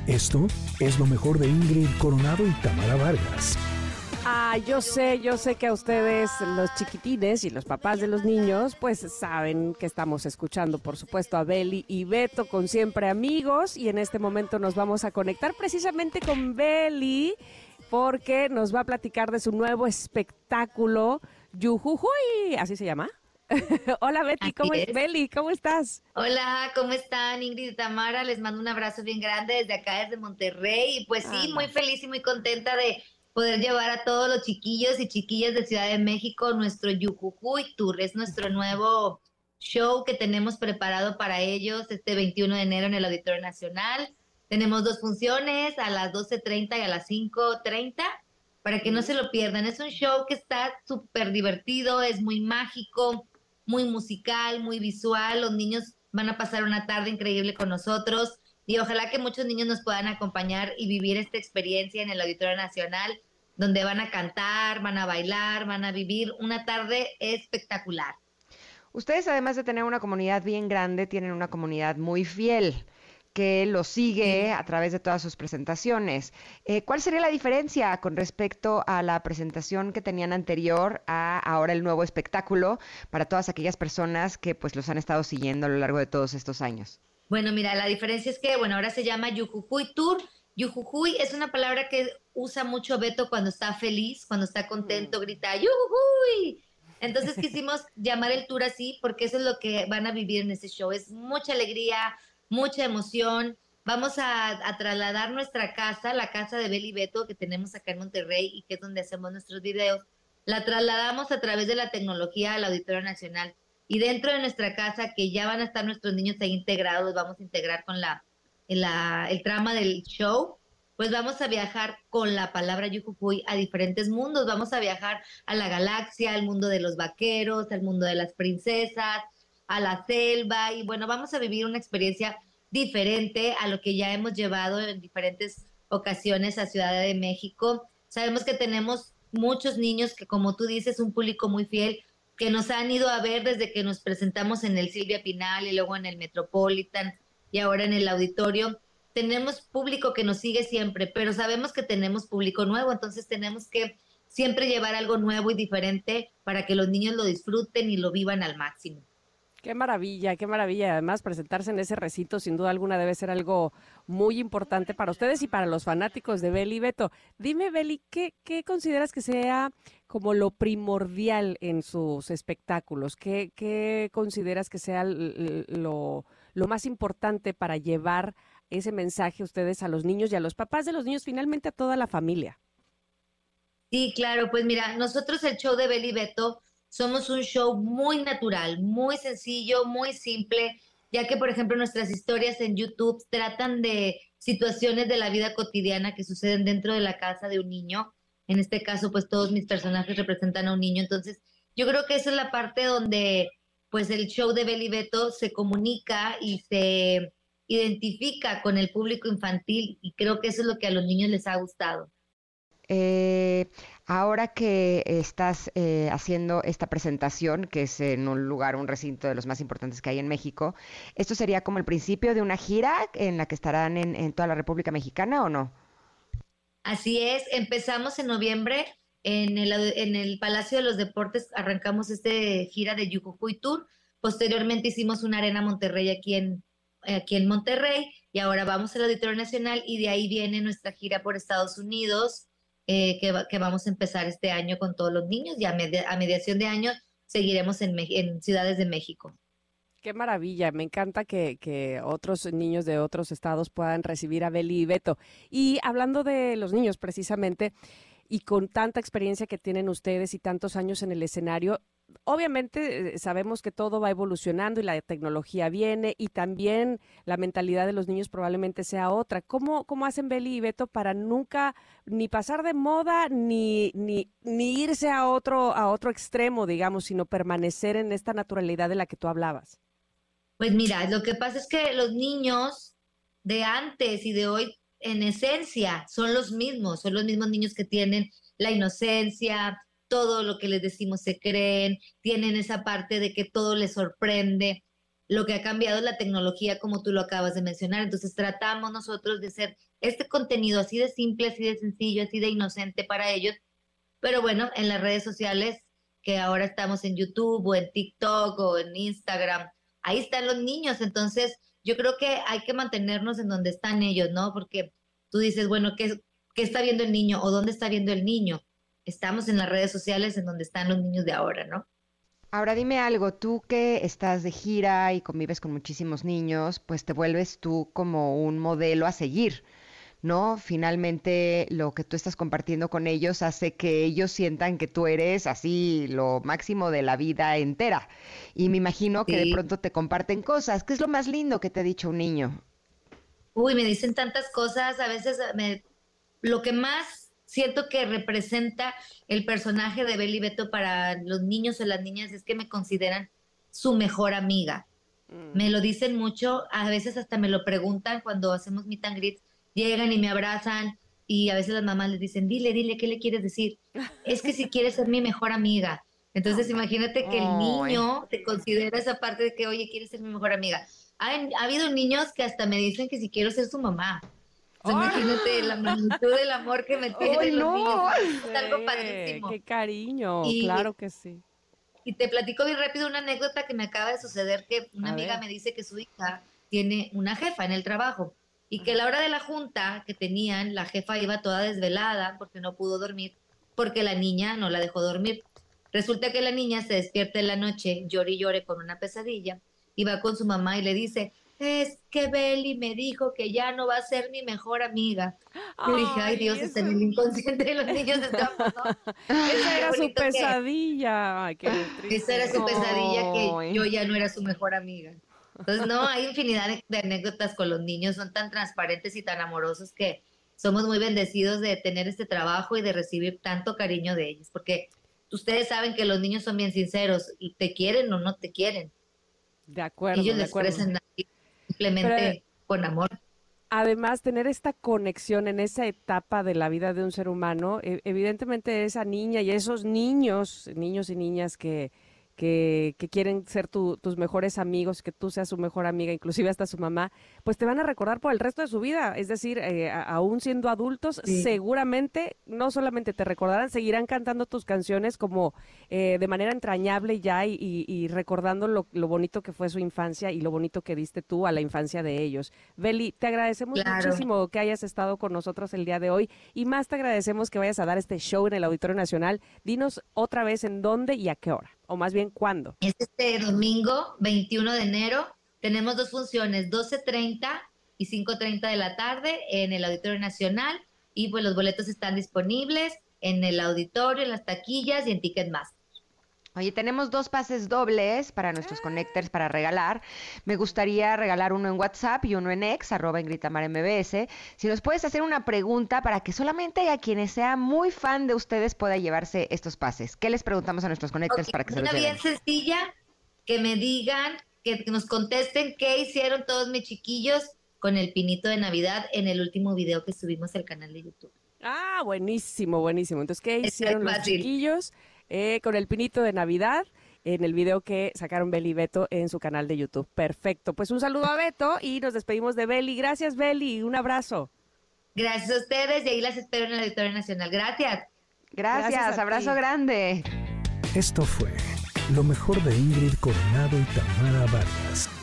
Esto es lo mejor de Ingrid Coronado y Tamara Vargas. Yo sé que a ustedes, los chiquitines y los papás de los niños, pues saben que estamos escuchando, por supuesto, a Beli y Beto con Siempre Amigos, y en este momento nos vamos a conectar precisamente con Beli porque nos va a platicar de su nuevo espectáculo, Yujujuy, ¿así se llama? Hola Betty, Así es. Beli, ¿cómo estás? Hola, ¿cómo están Ingrid y Tamara? Les mando un abrazo bien grande desde acá, desde Monterrey. Y pues sí, muy feliz y muy contenta de poder llevar a todos los chiquillos y chiquillas de Ciudad de México nuestro Yujujuy Tour. Es nuestro nuevo show que tenemos preparado para ellos este 21 de enero en el Auditorio Nacional. Tenemos 2 funciones, a las 12:30 y a las 5:30, para que no se lo pierdan. Es un show que está súper divertido, es muy mágico, muy musical, muy visual. Los niños van a pasar una tarde increíble con nosotros y ojalá que muchos niños nos puedan acompañar y vivir esta experiencia en el Auditorio Nacional, donde van a cantar, van a bailar, van a vivir una tarde espectacular. Ustedes, además de tener una comunidad bien grande, tienen una comunidad muy fiel que los sigue a través de todas sus presentaciones. ¿Cuál sería la diferencia con respecto a la presentación que tenían anterior a ahora el nuevo espectáculo para todas aquellas personas que pues los han estado siguiendo a lo largo de todos estos años? Bueno, mira, la diferencia es que, bueno, ahora se llama Yujujuy Tour. Yujujuy es una palabra que usa mucho Beto cuando está feliz, cuando está contento, grita Yujujuy. Entonces quisimos llamar el tour así porque eso es lo que van a vivir en este show. Es mucha alegría, mucha emoción. Vamos a trasladar nuestra casa, la casa de Beli y Beto que tenemos acá en Monterrey y que es donde hacemos nuestros videos. La trasladamos a través de la tecnología al Auditorio Nacional. Y dentro de nuestra casa, que ya van a estar nuestros niños ahí integrados, vamos a integrar con el trama del show, pues vamos a viajar con la palabra Yujujuy a diferentes mundos. Vamos a viajar a la galaxia, al mundo de los vaqueros, al mundo de las princesas, a la selva. Y bueno, vamos a vivir una experiencia diferente a lo que ya hemos llevado en diferentes ocasiones a Ciudad de México. Sabemos que tenemos muchos niños que, como tú dices, un público muy fiel, que nos han ido a ver desde que nos presentamos en el Silvia Pinal y luego en el Metropolitan y ahora en el auditorio. Tenemos público que nos sigue siempre, pero sabemos que tenemos público nuevo, entonces tenemos que siempre llevar algo nuevo y diferente para que los niños lo disfruten y lo vivan al máximo. Qué maravilla, qué maravilla. Además, presentarse en ese recinto sin duda alguna debe ser algo muy importante para ustedes y para los fanáticos de Beli y Beto. Dime, Beli, ¿qué consideras que sea como lo primordial en sus espectáculos? ¿Qué consideras que sea lo más importante para llevar ese mensaje a ustedes, a los niños y a los papás de los niños, finalmente a toda la familia? Sí, claro, pues mira, nosotros el show de Beli y Beto somos un show muy natural, muy sencillo, muy simple, ya que, por ejemplo, nuestras historias en YouTube tratan de situaciones de la vida cotidiana que suceden dentro de la casa de un niño. En este caso, pues todos mis personajes representan a un niño. Entonces, yo creo que esa es la parte donde, pues, el show de Beli y Beto se comunica y se identifica con el público infantil, y creo que eso es lo que a los niños les ha gustado. Eh, Ahora que estás haciendo esta presentación, que es en un lugar, un recinto de los más importantes que hay en México, ¿esto sería como el principio de una gira en la que estarán en toda la República Mexicana o no? Así es, empezamos en noviembre en el Palacio de los Deportes, arrancamos este gira de Yujujuy Tour. Posteriormente hicimos una arena Monterrey aquí en Monterrey, y ahora vamos al Auditorio Nacional y de ahí viene nuestra gira por Estados Unidos, que vamos a empezar este año con todos los niños, y a mediación de año seguiremos en ciudades de México. Qué maravilla, me encanta que otros niños de otros estados puedan recibir a Beli y Beto. Y hablando de los niños precisamente, y con tanta experiencia que tienen ustedes y tantos años en el escenario, obviamente sabemos que todo va evolucionando y la tecnología viene y también la mentalidad de los niños probablemente sea otra. ¿Cómo hacen Beli y Beto para nunca ni pasar de moda ni irse a otro extremo, digamos, sino permanecer en esta naturalidad de la que tú hablabas? Pues mira, lo que pasa es que los niños de antes y de hoy, en esencia, son los mismos niños que tienen la inocencia, todo lo que les decimos se creen, tienen esa parte de que todo les sorprende. lo que ha cambiado es la tecnología, como tú lo acabas de mencionar. Entonces tratamos nosotros de hacer este contenido así de simple, así de sencillo, así de inocente para ellos. Pero bueno, en las redes sociales, que ahora estamos en YouTube o en TikTok o en Instagram, ahí están los niños. Entonces yo creo que hay que mantenernos en donde están ellos, ¿no? Porque tú dices, bueno, ¿qué está viendo el niño o dónde está viendo el niño? Estamos en las redes sociales en donde están los niños de ahora, ¿no? Ahora dime algo, tú que estás de gira y convives con muchísimos niños, pues te vuelves tú como un modelo a seguir, ¿no? Finalmente lo que tú estás compartiendo con ellos hace que ellos sientan que tú eres así lo máximo de la vida entera. Y me imagino que de Sí. pronto te comparten cosas. ¿Qué es lo más lindo que te ha dicho un niño? Uy, me dicen tantas cosas, a veces lo que más siento que representa el personaje de Beli Beto para los niños o las niñas es que me consideran su mejor amiga. Me lo dicen mucho, a veces hasta me lo preguntan cuando hacemos meet and greet, llegan y me abrazan y a veces las mamás les dicen, dile, ¿qué le quieres decir? Es que si quieres ser mi mejor amiga. Entonces imagínate que el Ay. niño te considera esa parte de que, oye, quieres ser mi mejor amiga. Ha habido niños que hasta me dicen que si quiero ser su mamá. O sea, imagínate la magnitud del amor que me ¡Ay, tienen los no! niños. Es algo Sí, padrísimo. qué cariño, Y, claro que sí. y te platico bien rápido una anécdota que me acaba de suceder, que una A amiga ver. me dice que su hija tiene una jefa en el trabajo y que a la hora de la junta que tenían, la jefa iba toda desvelada porque no pudo dormir, porque la niña no la dejó dormir. Resulta que la niña se despierta en la noche, llore y llore con una pesadilla, y va con su mamá y le dice, es que Beli me dijo que ya no va a ser mi mejor amiga. Yo dije, ay Ay, Dios, está en eso. el inconsciente de los niños estamos, ¿no? Entonces, Esa qué era su bonito que pesadilla. Ay, qué esa era triste. su pesadilla, que Ay. yo ya no era su mejor amiga. Entonces, no, hay infinidad de anécdotas con los niños, son tan transparentes y tan amorosos que somos muy bendecidos de tener este trabajo y de recibir tanto cariño de ellos, porque ustedes saben que los niños son bien sinceros y te quieren o no te quieren. De acuerdo, Ellos de lo acuerdo. expresan así, Pero simplemente con amor. además, tener esta conexión en esa etapa de la vida de un ser humano, evidentemente esa niña y esos niños y niñas que quieren ser tus mejores amigos, que tú seas su mejor amiga, inclusive hasta su mamá, pues te van a recordar por el resto de su vida. Es decir, aún siendo adultos, Sí. seguramente no solamente te recordarán, seguirán cantando tus canciones como de manera entrañable ya y recordando lo bonito que fue su infancia y lo bonito que diste tú a la infancia de ellos. Beli, te agradecemos Claro. muchísimo que hayas estado con nosotros el día de hoy y más te agradecemos que vayas a dar este show en el Auditorio Nacional. Dinos otra vez en dónde y a qué hora, o más bien cuándo. Es este domingo 21 de enero. Tenemos dos funciones, 12:30 y 5:30 de la tarde en el Auditorio Nacional. Y pues los boletos están disponibles en el auditorio, en las taquillas y en Ticketmaster. Oye, tenemos 2 pases dobles para nuestros connectors para regalar. Me gustaría regalar uno en WhatsApp y uno en X, @IngridTamaraMBS. Si nos puedes hacer una pregunta para que solamente a quienes sea muy fan de ustedes pueda llevarse estos pases. ¿Qué les preguntamos a nuestros connectors Ok, para que se los una lleven? bien sencilla, que me digan, que nos contesten qué hicieron todos mis chiquillos con el pinito de Navidad en el último video que subimos al canal de YouTube. Ah, buenísimo, buenísimo. Entonces, ¿qué Está hicieron los fácil. chiquillos con el pinito de Navidad en el video que sacaron Beli y Beto en su canal de YouTube? Perfecto. Pues un saludo a Beto y nos despedimos de Beli. Gracias, Beli. Un abrazo. Gracias a ustedes y ahí las espero en el Auditorio Nacional. Gracias. Gracias Gracias, a abrazo ti. grande. Esto fue lo mejor de Ingrid Coronado y Tamara Vargas.